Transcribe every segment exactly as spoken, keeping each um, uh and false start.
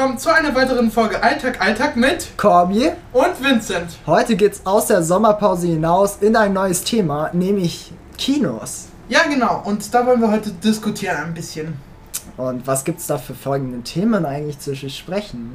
willkommen zu einer weiteren Folge Alltag, Alltag mit Corby und Vincent. Heute geht's aus der Sommerpause hinaus in ein neues Thema, nämlich Kinos. Ja, genau. Und da wollen wir heute diskutieren ein bisschen. Und was gibt's da für folgende Themen eigentlich zu besprechen?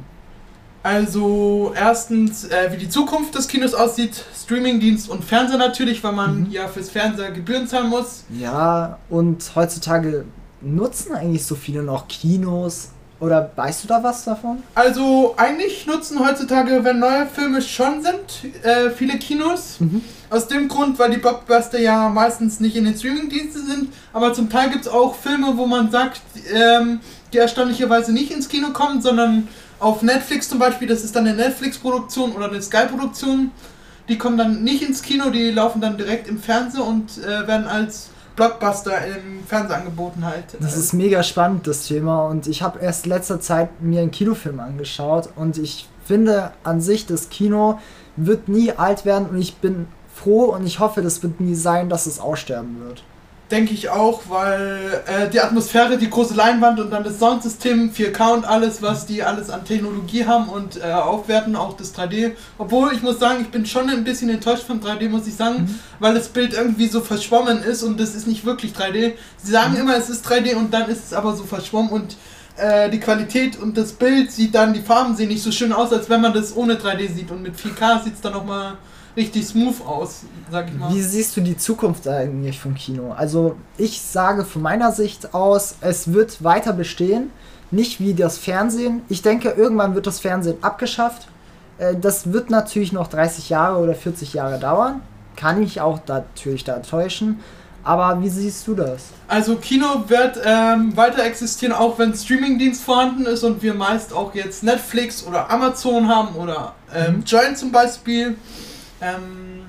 Also erstens, äh, wie die Zukunft des Kinos aussieht, Streamingdienst und Fernseher natürlich, weil man mhm. ja fürs Fernseher Gebühren zahlen muss. Ja, und heutzutage nutzen eigentlich so viele noch Kinos. Oder weißt du da was davon? Also eigentlich nutzen heutzutage, wenn neue Filme schon sind, äh, viele Kinos. Mhm. Aus dem Grund, weil die Blockbuster ja meistens nicht in den Streamingdiensten sind. Aber zum Teil gibt es auch Filme, wo man sagt, ähm, die erstaunlicherweise nicht ins Kino kommen, sondern auf Netflix zum Beispiel, das ist dann eine Netflix-Produktion oder eine Sky-Produktion. Die kommen dann nicht ins Kino, die laufen dann direkt im Fernsehen und äh, werden als Blockbuster im Fernsehen angeboten halt. Das ist mega spannend, das Thema, und ich habe erst letzter Zeit mir einen Kinofilm angeschaut und ich finde an sich, das Kino wird nie alt werden und ich bin froh und ich hoffe, das wird nie sein, dass es aussterben wird. Denke ich auch, weil äh, die Atmosphäre, die große Leinwand und dann das Soundsystem, vier K und alles, was die alles an Technologie haben und äh, aufwerten, auch das drei D. Obwohl, ich muss sagen, ich bin schon ein bisschen enttäuscht vom drei D, muss ich sagen, mhm. weil das Bild irgendwie so verschwommen ist und das ist nicht wirklich drei D. Sie sagen mhm. immer, es ist drei D und dann ist es aber so verschwommen und äh, die Qualität und das Bild sieht dann, die Farben sehen nicht so schön aus, als wenn man das ohne drei D sieht, und mit vier K sieht es dann nochmal richtig smooth aus, sag ich mal. Wie siehst du die Zukunft eigentlich vom Kino? Also ich sage von meiner Sicht aus, es wird weiter bestehen, nicht wie das Fernsehen. Ich denke, irgendwann wird das Fernsehen abgeschafft. Das wird natürlich noch dreißig Jahre oder vierzig Jahre dauern. Kann ich auch natürlich da täuschen. Aber wie siehst du das? Also Kino wird ähm, weiter existieren, auch wenn Streamingdienst vorhanden ist und wir meist auch jetzt Netflix oder Amazon haben oder ähm, mhm. Join zum Beispiel. Ähm,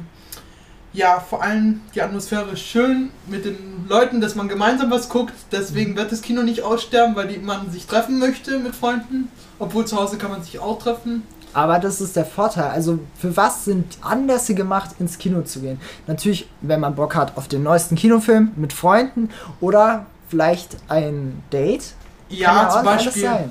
ja, vor allem die Atmosphäre ist schön mit den Leuten, dass man gemeinsam was guckt. Deswegen wird das Kino nicht aussterben, weil die, man sich treffen möchte mit Freunden. Obwohl zu Hause kann man sich auch treffen. Aber das ist der Vorteil. Also für was sind Anlässe gemacht, ins Kino zu gehen? Natürlich, wenn man Bock hat auf den neuesten Kinofilm mit Freunden oder vielleicht ein Date. Ja, ja zum Beispiel. Sein.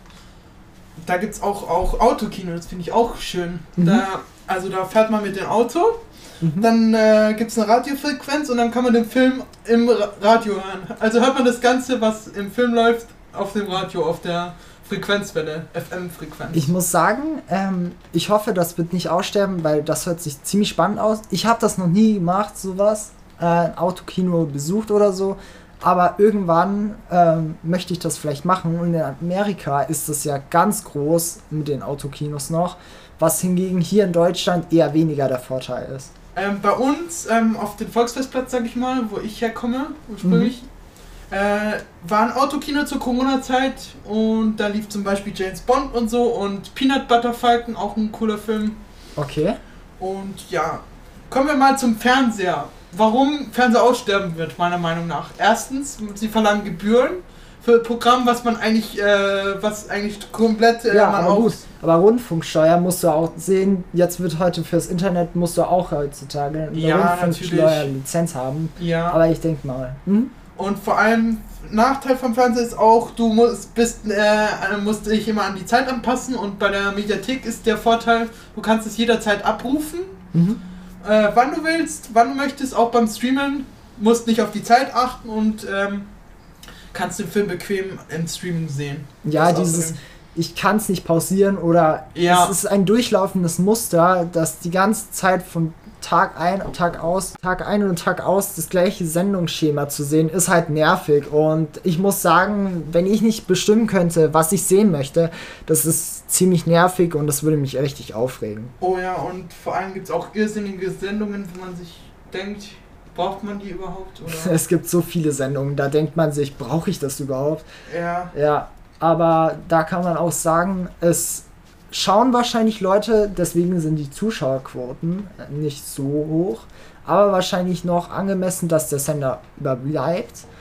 Da gibt es auch, auch Autokino, das finde ich auch schön. Mhm. Da, also da fährt man mit dem Auto, mhm. dann äh, gibt es eine Radiofrequenz und dann kann man den Film im Ra- Radio hören. Also hört man das Ganze, was im Film läuft, auf dem Radio, auf der Frequenzwelle, F M-Frequenz. Ich muss sagen, ähm, ich hoffe, das wird nicht aussterben, weil das hört sich ziemlich spannend aus. Ich habe das noch nie gemacht, sowas, äh, ein Autokino besucht oder so. Aber irgendwann ähm, möchte ich das vielleicht machen. Und in Amerika ist das ja ganz groß mit den Autokinos noch, was hingegen hier in Deutschland eher weniger der Vorteil ist. Ähm, bei uns ähm, auf dem Volksfestplatz, sag ich mal, wo ich herkomme, ursprünglich, mhm. äh, war ein Autokino zur Corona-Zeit und da lief zum Beispiel James Bond und so und Peanut Butter Falcon, auch ein cooler Film. Okay. Und ja, kommen wir mal zum Fernseher. Warum Fernseher aussterben wird, meiner Meinung nach. Erstens, sie verlangen Gebühren für ein Programm, was man eigentlich, äh, was eigentlich komplett äh, ja, man aber auch... gut. Aber Rundfunksteuer musst du auch sehen, jetzt wird heute fürs Internet, musst du auch heutzutage eine ja, Rundfunksteuer-Lizenz haben. Ja. Aber ich denke mal. Hm? Und vor allem, Nachteil vom Fernseher ist auch, du musst, bist, äh, musst dich immer an die Zeit anpassen, und bei der Mediathek ist der Vorteil, du kannst es jederzeit abrufen. Mhm. Äh, wann du willst, wann du möchtest, auch beim Streamen, musst nicht auf die Zeit achten und ähm, kannst den Film bequem im Streaming sehen. Ja, dieses, ich kann es nicht pausieren oder ja. Es ist ein durchlaufendes Muster, das die ganze Zeit von Tag ein und Tag aus, Tag ein und Tag aus das gleiche Sendungsschema zu sehen, ist halt nervig. Und ich muss sagen, wenn ich nicht bestimmen könnte, was ich sehen möchte, das ist ziemlich nervig und das würde mich richtig aufregen. Oh ja, und vor allem gibt es auch irrsinnige Sendungen, wo man sich denkt, braucht man die überhaupt? Oder? Es gibt so viele Sendungen, da denkt man sich, brauche ich das überhaupt? Ja. Ja, aber da kann man auch sagen, es schauen wahrscheinlich Leute, deswegen sind die Zuschauerquoten nicht so hoch, aber wahrscheinlich noch angemessen, dass der Sender überbleibt.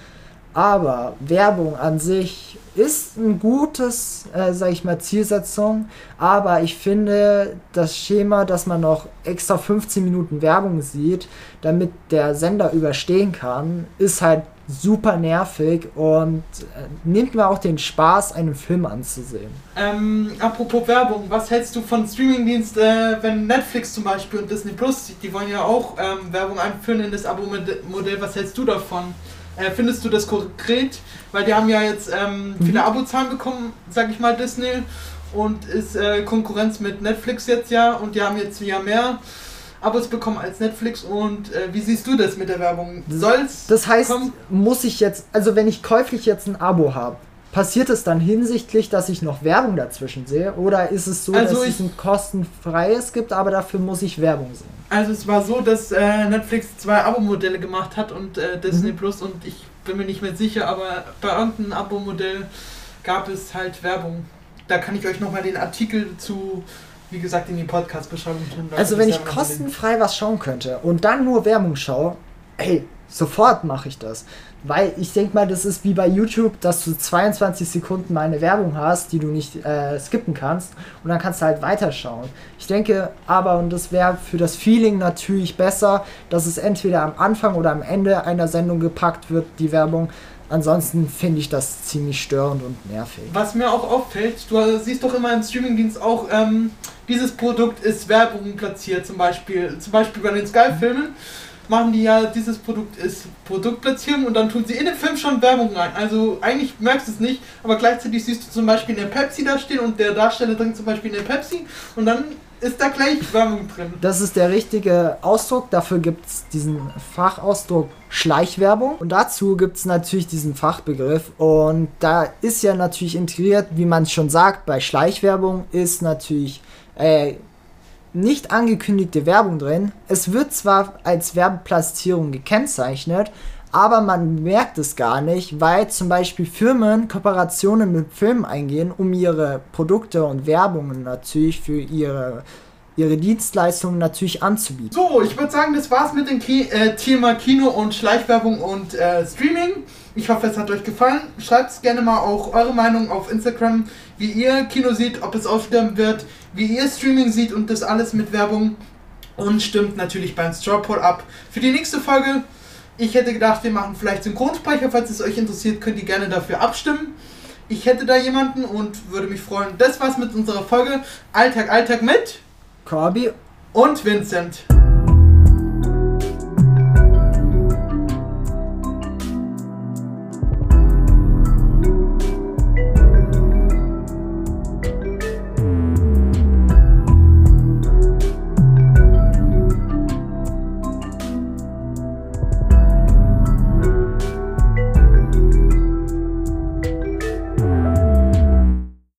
Aber Werbung an sich ist ein gutes, äh, sag ich mal, Zielsetzung, aber ich finde das Schema, dass man noch extra fünfzehn Minuten Werbung sieht, damit der Sender überstehen kann, ist halt super nervig und äh, nimmt mir auch den Spaß, einen Film anzusehen. Ähm, apropos Werbung, was hältst du von Streamingdienst, äh, wenn Netflix zum Beispiel und Disney Plus, die wollen ja auch ähm, Werbung einführen in das Abo-Modell, was hältst du davon? Äh, findest du das konkret? Weil die haben ja jetzt ähm, viele mhm. Abozahlen bekommen, sag ich mal, Disney, und ist äh, Konkurrenz mit Netflix jetzt ja, und die haben jetzt ja mehr Abos bekommen als Netflix. Und äh, wie siehst du das mit der Werbung? Soll's Das heißt, kommen? muss ich jetzt, also wenn ich käuflich jetzt ein Abo habe, passiert es dann hinsichtlich, dass ich noch Werbung dazwischen sehe? Oder ist es so, also dass ich, es ein kostenfreies gibt, aber dafür muss ich Werbung sehen? Also es war so, dass äh, Netflix zwei Abo-Modelle gemacht hat und äh, Disney mhm. Plus, und ich bin mir nicht mehr sicher, aber bei irgendeinem Abo-Modell gab es halt Werbung. Da kann ich euch nochmal den Artikel zu, wie gesagt, in die Podcast-Beschreibung tun. Also wenn ich kostenfrei was schauen könnte und dann nur Werbung schaue, ey, sofort mache ich das. Weil ich denke mal, das ist wie bei YouTube, dass du zweiundzwanzig Sekunden mal eine Werbung hast, die du nicht äh, skippen kannst, und dann kannst du halt weiterschauen. Ich denke aber, und das wäre für das Feeling natürlich besser, dass es entweder am Anfang oder am Ende einer Sendung gepackt wird, die Werbung. Ansonsten finde ich das ziemlich störend und nervig. Was mir auch auffällt, du siehst doch immer im Streamingdienst auch, ähm, dieses Produkt ist Werbung platziert, zum Beispiel, zum Beispiel bei den Sky-Filmen. Machen die ja, dieses Produkt ist Produktplatzierung, und dann tun sie in den Film schon Werbung rein. Also eigentlich merkst du es nicht, aber gleichzeitig siehst du zum Beispiel eine Pepsi da stehen und der Darsteller trinkt zum Beispiel eine Pepsi und dann ist da gleich Werbung drin. Das ist der richtige Ausdruck, dafür gibt es diesen Fachausdruck Schleichwerbung, und dazu gibt es natürlich diesen Fachbegriff, und da ist ja natürlich integriert, wie man es schon sagt, bei Schleichwerbung ist natürlich äh, nicht angekündigte Werbung drin. Es wird zwar als Werbeplatzierung gekennzeichnet, aber man merkt es gar nicht, weil zum Beispiel Firmen Kooperationen mit Firmen eingehen, um ihre Produkte und Werbungen natürlich für ihre, ihre Dienstleistungen natürlich anzubieten. So, ich würde sagen, das war's mit dem Ki- äh, Thema Kino und Schleichwerbung und äh, Streaming. Ich hoffe, es hat euch gefallen. Schreibt gerne mal auch eure Meinung auf Instagram, wie ihr Kino seht, ob es aussterben wird, wie ihr Streaming seht und das alles mit Werbung. Und stimmt natürlich beim Straw Poll ab. Für die nächste Folge, ich hätte gedacht, wir machen vielleicht Synchronsprecher. Falls es euch interessiert, könnt ihr gerne dafür abstimmen. Ich hätte da jemanden und würde mich freuen. Das war's mit unserer Folge Alltag, Alltag mit Corby und Vincent.